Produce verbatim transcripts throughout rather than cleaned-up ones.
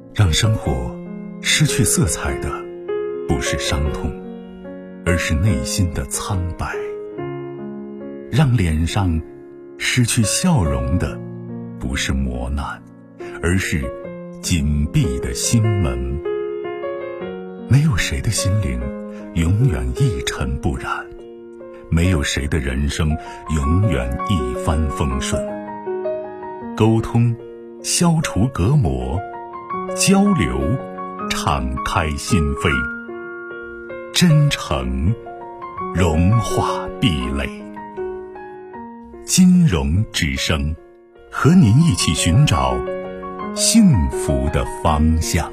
让生活失去色彩的不是伤痛，而是内心的苍白。让脸上失去笑容的不是磨难，而是紧闭的心门。没有谁的心灵永远一尘不染，没有谁的人生永远一帆风顺。沟通消除隔膜，交流敞开心扉，真诚融化壁垒。金融之声，和您一起寻找幸福的方向。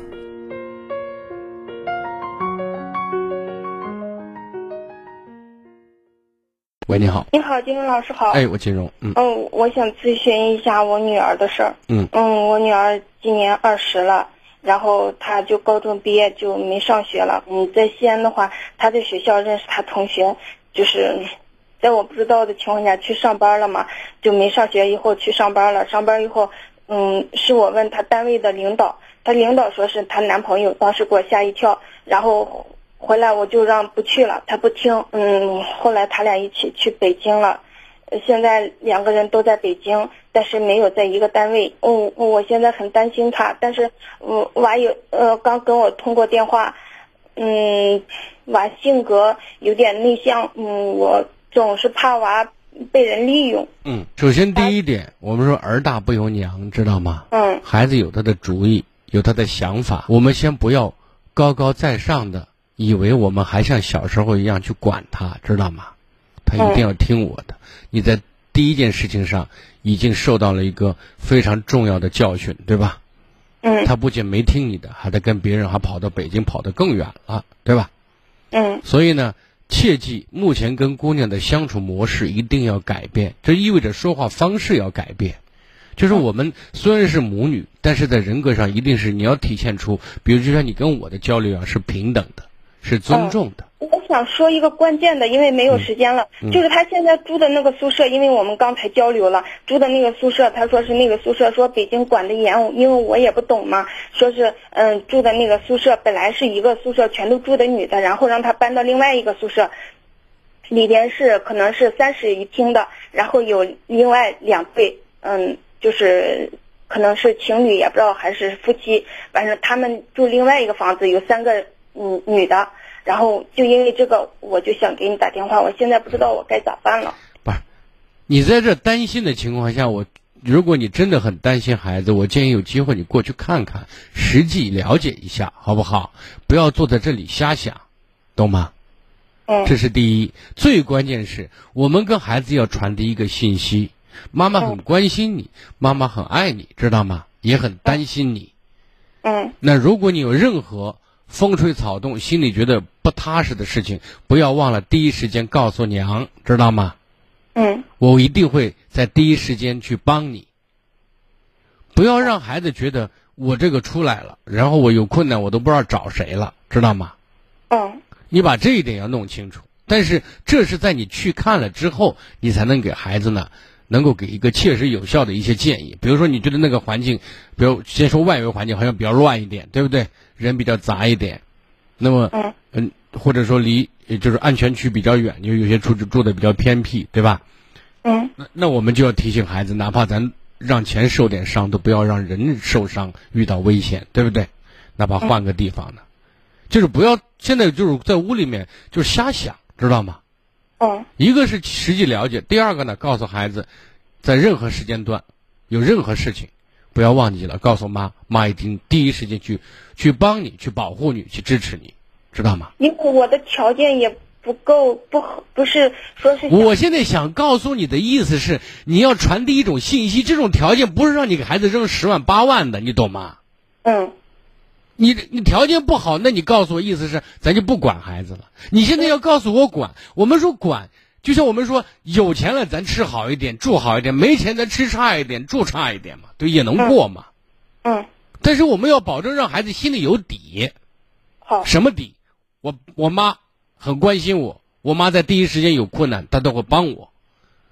喂，你好。 你好，金融老师好。 哎，我金融。嗯。 嗯，我想咨询一下我女儿的事儿。 嗯。 嗯，我女儿今年二十了，然后她就高中毕业就没上学了。嗯，在西安的话，她在学校认识她同学，就是在我不知道的情况下去上班了嘛，就没上学以后去上班了。上班以后，嗯，是我问她单位的领导，她领导说是她男朋友，当时给我吓一跳，然后回来我就让不去了，他不听。嗯，后来他俩一起去北京了，现在两个人都在北京，但是没有在一个单位。嗯，我现在很担心他，但是嗯，娃有呃刚跟我通过电话，嗯，娃性格有点内向，嗯，我总是怕娃被人利用。 嗯，首先第一点，我们说儿大不由娘，知道吗？ 嗯， 孩子有他的主意，有他的想法，我们先不要高高在上的以为我们还像小时候一样去管他，知道吗？他一定要听我的。你在第一件事情上已经受到了一个非常重要的教训，对吧？ 嗯。 他不仅没听你的，还得跟别人还跑到北京跑得更远了，对吧？ 嗯。 所以呢，切记目前跟姑娘的相处模式一定要改变，这意味着说话方式要改变。就是我们虽然是母女，但是在人格上一定是你要体现出，比如就像你跟我的交流啊，是平等的，是尊重的。 嗯，我想说一个关键的，因为没有时间了， 嗯嗯、 就是他现在住的那个宿舍，因为我们刚才交流了，住的那个宿舍，他说是那个宿舍说北京管得严，因为我也不懂嘛，说是嗯住的那个宿舍本来是一个宿舍全都住的女的，然后让他搬到另外一个宿舍，里边是可能是三室一厅的，然后有另外两对，嗯，就是可能是情侣也不知道还是夫妻，反正他们住另外一个房子，有三个嗯女的。然后就因为这个，我就想给你打电话，我现在不知道我该咋办了。 不是，你在这担心的情况下，我如果你真的很担心孩子，我建议有机会你过去看看，实际了解一下，好不好？不要坐在这里瞎想，懂吗？ 嗯。 这是第一，最关键是我们跟孩子要传递一个信息：妈妈很关心你，嗯、妈妈很爱你，知道吗？也很担心你。 嗯。 那如果你有任何风吹草动，心里觉得不踏实的事情，不要忘了第一时间告诉娘，知道吗？ 嗯， 我一定会在第一时间去帮你。不要让孩子觉得我这个出来了，然后我有困难我都不知道找谁了，知道吗？ 嗯， 你把这一点要弄清楚。但是这是在你去看了之后，你才能给孩子呢能够给一个切实有效的一些建议。比如说你觉得那个环境，比如先说外围环境好像比较乱一点，对不对？人比较杂一点，那么嗯嗯，或者说离就是安全区比较远，因为有些住住的比较偏僻，对吧？ 嗯， 那那我们就要提醒孩子，哪怕咱让钱受点伤，都不要让人受伤，遇到危险，对不对？哪怕换个地方呢，就是不要现在就是在屋里面就是瞎想，知道吗？ 嗯， 一个是实际了解，第二个呢，告诉孩子，在任何时间段有任何事情，不要忘记了告诉妈，妈一定第一时间去去帮你，去保护你，去支持你，知道吗？ 因为我的条件也不够，不不是说是。 我现在想告诉你的意思是，你要传递一种信息，这种条件不是让你给孩子扔十万八万的，你懂吗？ 嗯。 你你条件不好，那你告诉我意思是咱就不管孩子了。你现在要告诉我管，我们说管，就像我们说有钱了咱吃好一点住好一点，没钱咱吃差一点住差一点嘛，对，也能过嘛。 嗯。嗯， 但是我们要保证让孩子心里有底。 好。 什么底？我我妈很关心我，我妈在第一时间有困难她都会帮我。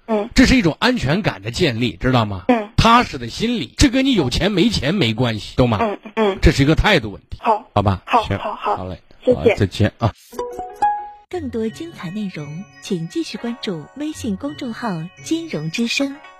嗯， 这是一种安全感的建立，知道吗？ 嗯， 踏实的心理，这跟你有钱没钱没关系，懂吗？ 嗯嗯， 这是一个态度问题。 好， 好吧， 好， 行， 好，好， 好嘞， 谢谢， 再见啊。 更多精彩内容，请继续关注微信公众号“金融之声”。